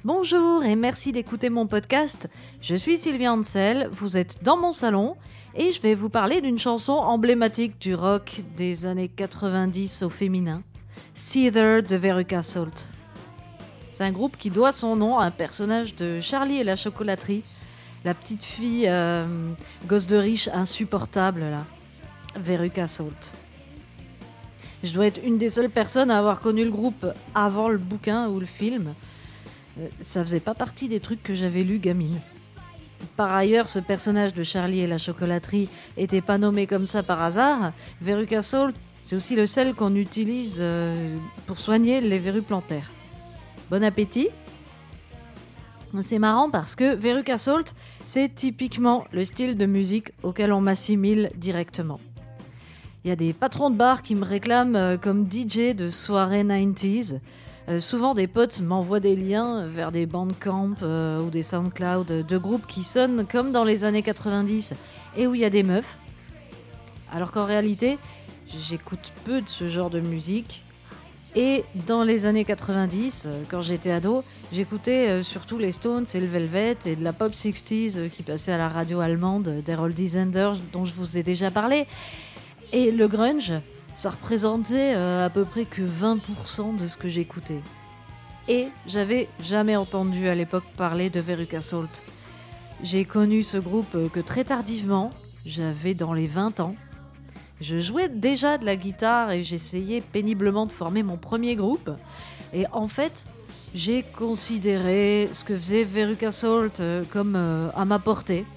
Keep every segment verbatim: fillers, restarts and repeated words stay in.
Bonjour et merci d'écouter mon podcast. Je suis Sylvia Ansel, vous êtes dans mon salon et je vais vous parler d'une chanson emblématique du rock des années quatre-vingt-dix au féminin, Seether de Veruca Salt. C'est un groupe qui doit son nom à un personnage de Charlie et la chocolaterie, la petite fille euh, gosse de riche insupportable là, Veruca Salt. Je dois être une des seules personnes à avoir connu le groupe avant le bouquin ou le film. Ça faisait pas partie des trucs que j'avais lus gamine. Par ailleurs, ce personnage de Charlie et la chocolaterie était pas nommé comme ça par hasard. Veruca Salt, c'est aussi le sel qu'on utilise euh, pour soigner les verrues plantaires. Bon appétit! C'est marrant parce que Veruca Salt, c'est typiquement le style de musique auquel on m'assimile directement. Il y a des patrons de bar qui me réclament euh, comme D J de soirée quatre-vingt-dix. Euh, souvent, des potes m'envoient des liens vers des Bandcamp euh, ou des SoundCloud de groupes qui sonnent comme dans les années quatre-vingt-dix et où il y a des meufs. Alors qu'en réalité, j'écoute peu de ce genre de musique. Et dans les années quatre-vingt-dix, euh, quand j'étais ado, j'écoutais euh, surtout les Stones et le Velvet et de la pop soixante euh, qui passait à la radio allemande d'Harold Zender dont je vous ai déjà parlé. Et le grunge, ça représentait euh, à peu près que vingt pour cent de ce que j'écoutais. Et j'avais jamais entendu à l'époque parler de Veruca Salt. J'ai connu ce groupe que très tardivement, j'avais dans les vingt ans. Je jouais déjà de la guitare et j'essayais péniblement de former mon premier groupe. Et en fait, j'ai considéré ce que faisait Veruca Salt euh, comme euh, à ma portée.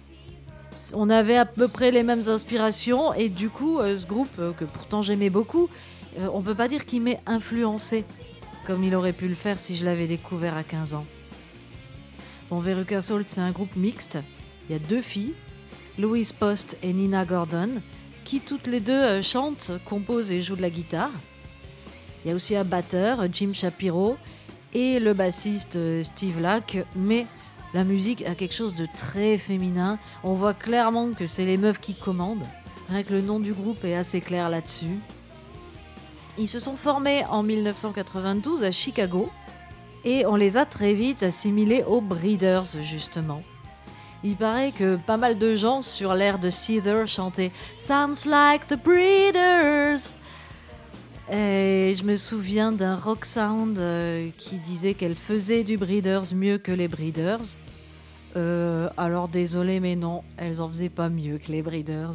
On avait à peu près les mêmes inspirations et du coup, euh, ce groupe, euh, que pourtant j'aimais beaucoup, euh, on peut pas dire qu'il m'ait influencé comme il aurait pu le faire si je l'avais découvert à quinze ans. Bon, Veruca Salt, c'est un groupe mixte. Il y a deux filles, Louise Post et Nina Gordon, qui toutes les deux euh, chantent, composent et jouent de la guitare. Il y a aussi un batteur, Jim Shapiro, et le bassiste euh, Steve Lack, mais la musique a quelque chose de très féminin. On voit clairement que c'est les meufs qui commandent. Rien que le nom du groupe est assez clair là-dessus. Ils se sont formés en dix-neuf cent quatre-vingt-douze à Chicago et on les a très vite assimilés aux Breeders, justement. Il paraît que pas mal de gens sur l'air de Seether chantaient « Sounds like the Breeders !» Et je me souviens d'un rock sound euh, qui disait qu'elle faisait du Breeders mieux que les Breeders. Euh, alors désolé, mais non, elles en faisaient pas mieux que les Breeders.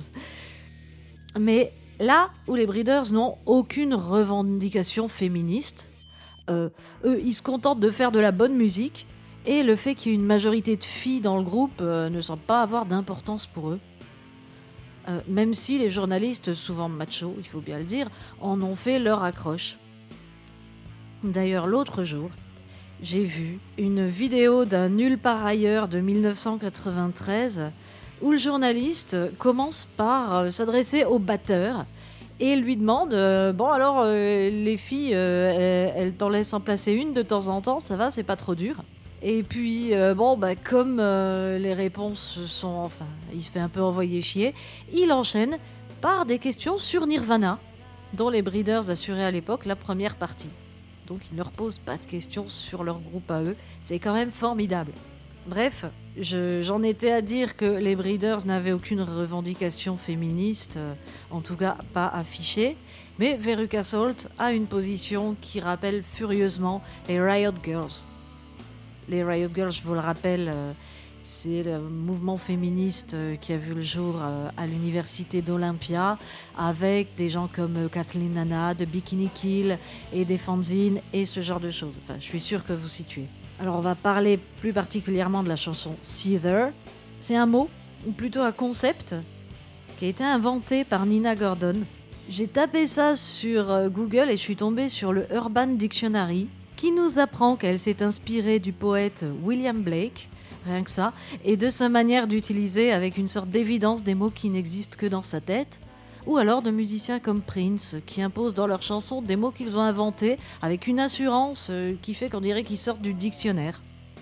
Mais là où les Breeders n'ont aucune revendication féministe, euh, eux, ils se contentent de faire de la bonne musique et le fait qu'il y ait une majorité de filles dans le groupe euh, ne semble pas avoir d'importance pour eux. Euh, même si les journalistes, souvent machos, il faut bien le dire, en ont fait leur accroche. D'ailleurs, l'autre jour, j'ai vu une vidéo d'un Nulle part ailleurs de dix-neuf cent quatre-vingt-treize où le journaliste commence par euh, s'adresser au batteur et lui demande euh, « Bon alors, euh, les filles, euh, elles, elles t'en laissent en placer une de temps en temps, ça va, c'est pas trop dur ?» Et puis, euh, bon, bah, comme euh, les réponses sont... Enfin, il se fait un peu envoyer chier. Il enchaîne par des questions sur Nirvana, dont les Breeders assuraient à l'époque la première partie. Donc, il ne leur pose pas de questions sur leur groupe à eux. C'est quand même formidable. Bref, je, j'en étais à dire que les Breeders n'avaient aucune revendication féministe, euh, en tout cas pas affichée. Mais Veruca Salt a une position qui rappelle furieusement les Riot Girls. Les Riot Girls, je vous le rappelle, euh, c'est le mouvement féministe euh, qui a vu le jour euh, à l'université d'Olympia avec des gens comme euh, Kathleen Hanna de Bikini Kill et des fanzines et ce genre de choses. Enfin, je suis sûre que vous situez. Alors, on va parler plus particulièrement de la chanson Seether. C'est un mot, ou plutôt un concept, qui a été inventé par Nina Gordon. J'ai tapé ça sur euh, Google et je suis tombée sur le Urban Dictionary, qui nous apprend qu'elle s'est inspirée du poète William Blake, rien que ça, et de sa manière d'utiliser avec une sorte d'évidence des mots qui n'existent que dans sa tête, ou alors de musiciens comme Prince, qui imposent dans leurs chansons des mots qu'ils ont inventés avec une assurance euh, qui fait qu'on dirait qu'ils sortent du dictionnaire.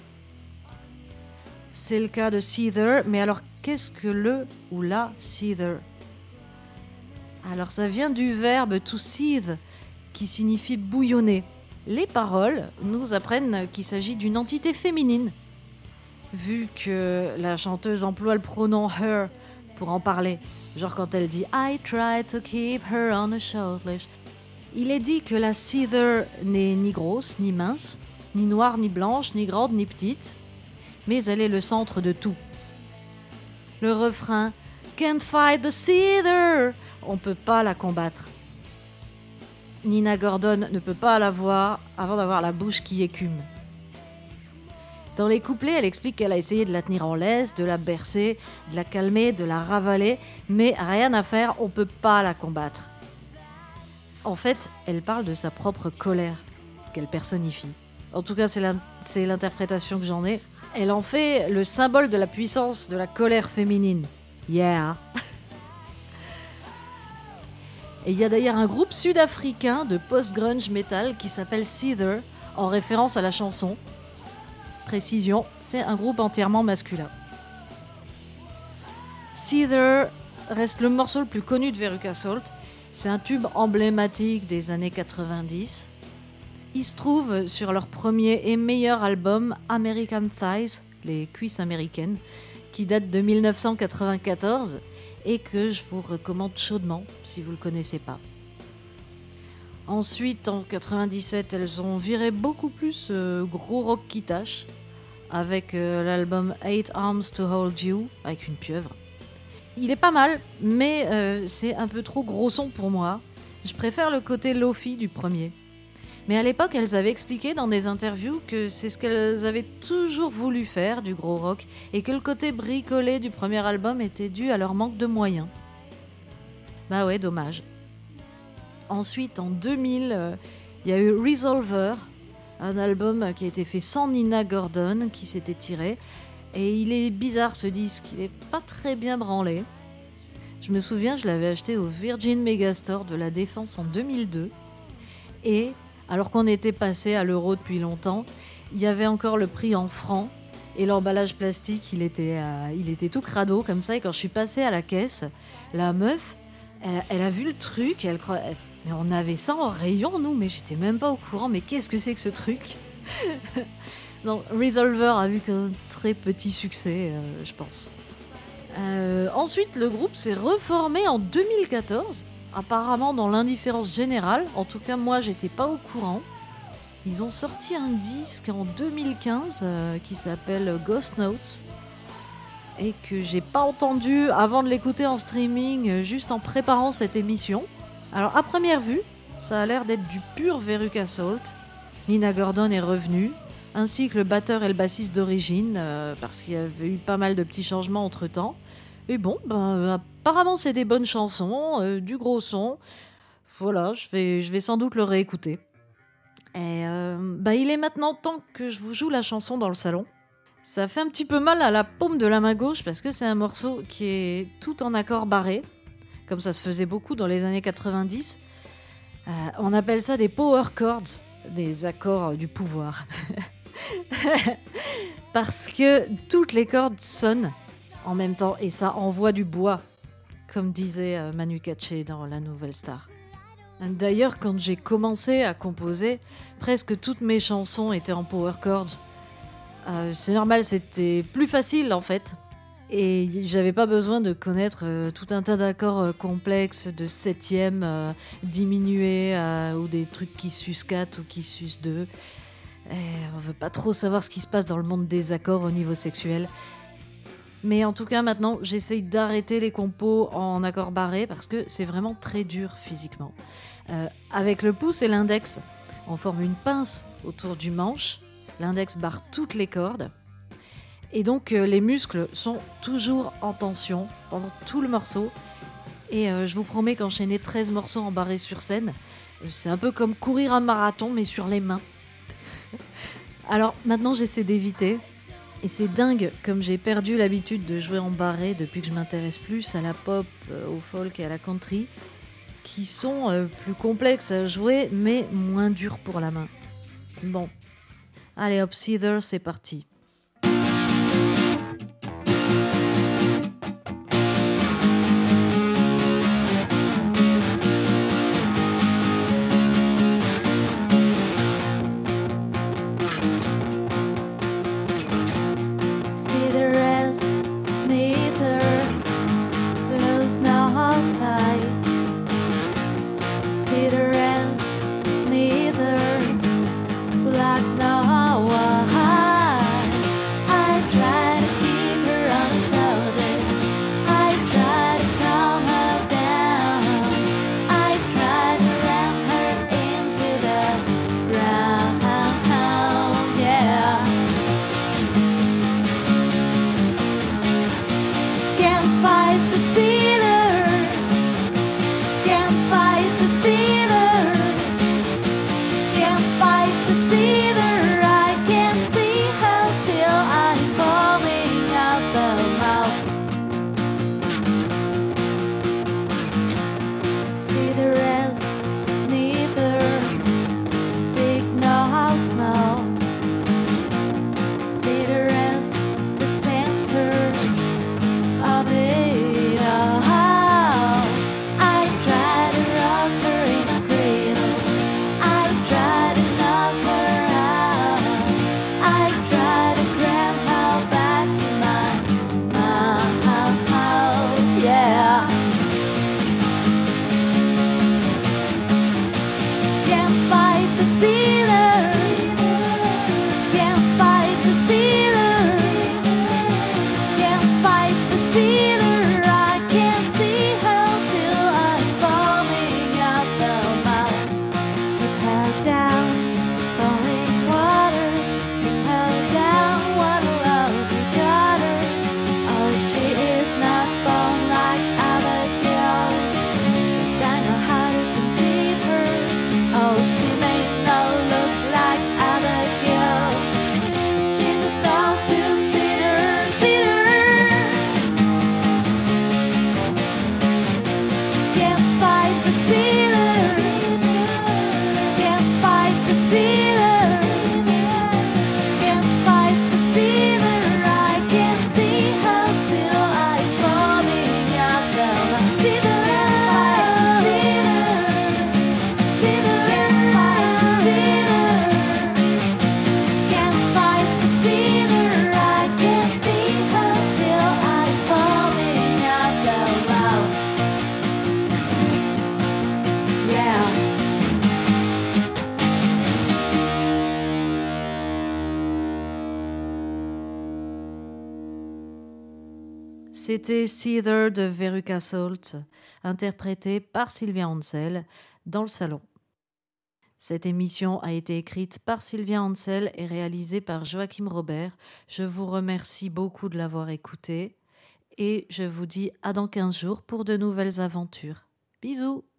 C'est le cas de Seether, mais alors qu'est-ce que le ou la Seether ? Alors ça vient du verbe to seethe, qui signifie bouillonner. Les paroles nous apprennent qu'il s'agit d'une entité féminine, vu que la chanteuse emploie le pronom her pour en parler. Genre quand elle dit « I try to keep her on a short leash ». Il est dit que la Seether n'est ni grosse, ni mince, ni noire, ni blanche, ni grande, ni petite, mais elle est le centre de tout. Le refrain « Can't fight the Seether », on ne peut pas la combattre. Nina Gordon ne peut pas la voir avant d'avoir la bouche qui écume. Dans les couplets, elle explique qu'elle a essayé de la tenir en laisse, de la bercer, de la calmer, de la ravaler, mais rien à faire, on ne peut pas la combattre. En fait, elle parle de sa propre colère, qu'elle personnifie. En tout cas, c'est, la, c'est l'interprétation que j'en ai. Elle en fait le symbole de la puissance de la colère féminine. Yeah. Et il y a d'ailleurs un groupe sud-africain de post-grunge metal qui s'appelle Seether, en référence à la chanson. Précision, c'est un groupe entièrement masculin. Seether reste le morceau le plus connu de Veruca Salt. C'est un tube emblématique des années quatre-vingt-dix. Il se trouve sur leur premier et meilleur album American Thighs, les cuisses américaines, qui date de dix-neuf cent quatre-vingt-quatorze et que je vous recommande chaudement si vous ne le connaissez pas. Ensuite, en quatre-vingt-dix-sept, elles ont viré beaucoup plus euh, gros rock qui tâche, avec euh, l'album Eight Arms to Hold You, avec une pieuvre. Il est pas mal, mais euh, c'est un peu trop gros son pour moi. Je préfère le côté lo-fi du premier. Mais à l'époque, elles avaient expliqué dans des interviews que c'est ce qu'elles avaient toujours voulu faire, du gros rock, et que le côté bricolé du premier album était dû à leur manque de moyens. Bah ouais, dommage. Ensuite, en deux mille, euh, il y a eu Resolver, un album qui a été fait sans Nina Gordon, qui s'était tiré. Et il est bizarre ce disque, il est pas très bien branlé. Je me souviens, je l'avais acheté au Virgin Megastore de la Défense en deux mille deux. Et, alors qu'on était passé à l'euro depuis longtemps, il y avait encore le prix en francs. Et l'emballage plastique, il était, euh, il était tout crado comme ça. Et quand je suis passée à la caisse, la meuf, elle, elle a vu le truc, elle croit... Elle, mais on avait ça en rayon, nous, mais j'étais même pas au courant. Mais qu'est-ce que c'est que ce truc? Donc, Resolver a vu qu'un très petit succès, euh, je pense. Euh, ensuite, le groupe s'est reformé en deux mille quatorze, apparemment dans l'indifférence générale. En tout cas, moi, j'étais pas au courant. Ils ont sorti un disque en deux mille quinze euh, qui s'appelle Ghost Notes et que j'ai pas entendu avant de l'écouter en streaming, euh, juste en préparant cette émission. Alors, à première vue, ça a l'air d'être du pur Veruca Salt. Nina Gordon est revenue, ainsi que le batteur et le bassiste d'origine, euh, parce qu'il y avait eu pas mal de petits changements entre-temps. Et bon, ben, euh, apparemment c'est des bonnes chansons, euh, du gros son. Voilà, je vais, je vais sans doute le réécouter. Et euh, ben, il est maintenant temps que je vous joue la chanson dans le salon. Ça fait un petit peu mal à la paume de la main gauche, parce que c'est un morceau qui est tout en accords barrés, comme ça se faisait beaucoup dans les années quatre-vingt-dix. Euh, on appelle ça des power chords, des accords du pouvoir. Parce que toutes les cordes sonnent en même temps et ça envoie du bois, comme disait euh, Manu Katché dans La Nouvelle Star. D'ailleurs, quand j'ai commencé à composer, presque toutes mes chansons étaient en power chords. Euh, c'est normal, c'était plus facile en fait. Et j'avais pas besoin de connaître euh, tout un tas d'accords euh, complexes, de septièmes euh, diminués euh, ou des trucs qui sucent quatre ou qui sucent deux. Et on veut pas trop savoir ce qui se passe dans le monde des accords au niveau sexuel. Mais en tout cas, maintenant, j'essaye d'arrêter les compos en accords barrés parce que c'est vraiment très dur physiquement. Euh, avec le pouce et l'index, on forme une pince autour du manche. L'index barre toutes les cordes. Et donc, euh, les muscles sont toujours en tension pendant tout le morceau. Et euh, je vous promets qu'enchaîner treize morceaux en barré sur scène, c'est un peu comme courir un marathon, mais sur les mains. Alors, maintenant, j'essaie d'éviter. Et c'est dingue comme j'ai perdu l'habitude de jouer en barré depuis que je m'intéresse plus à la pop, euh, au folk et à la country, qui sont euh, plus complexes à jouer, mais moins durs pour la main. Bon. Allez hop, Seether, c'est parti. C'était Seether de Veruca Salt, interprété par Sylvia Ansel dans le salon. Cette émission a été écrite par Sylvia Ansel et réalisée par Joachim Robert. Je vous remercie beaucoup de l'avoir écoutée et je vous dis à dans quinze jours pour de nouvelles aventures. Bisous!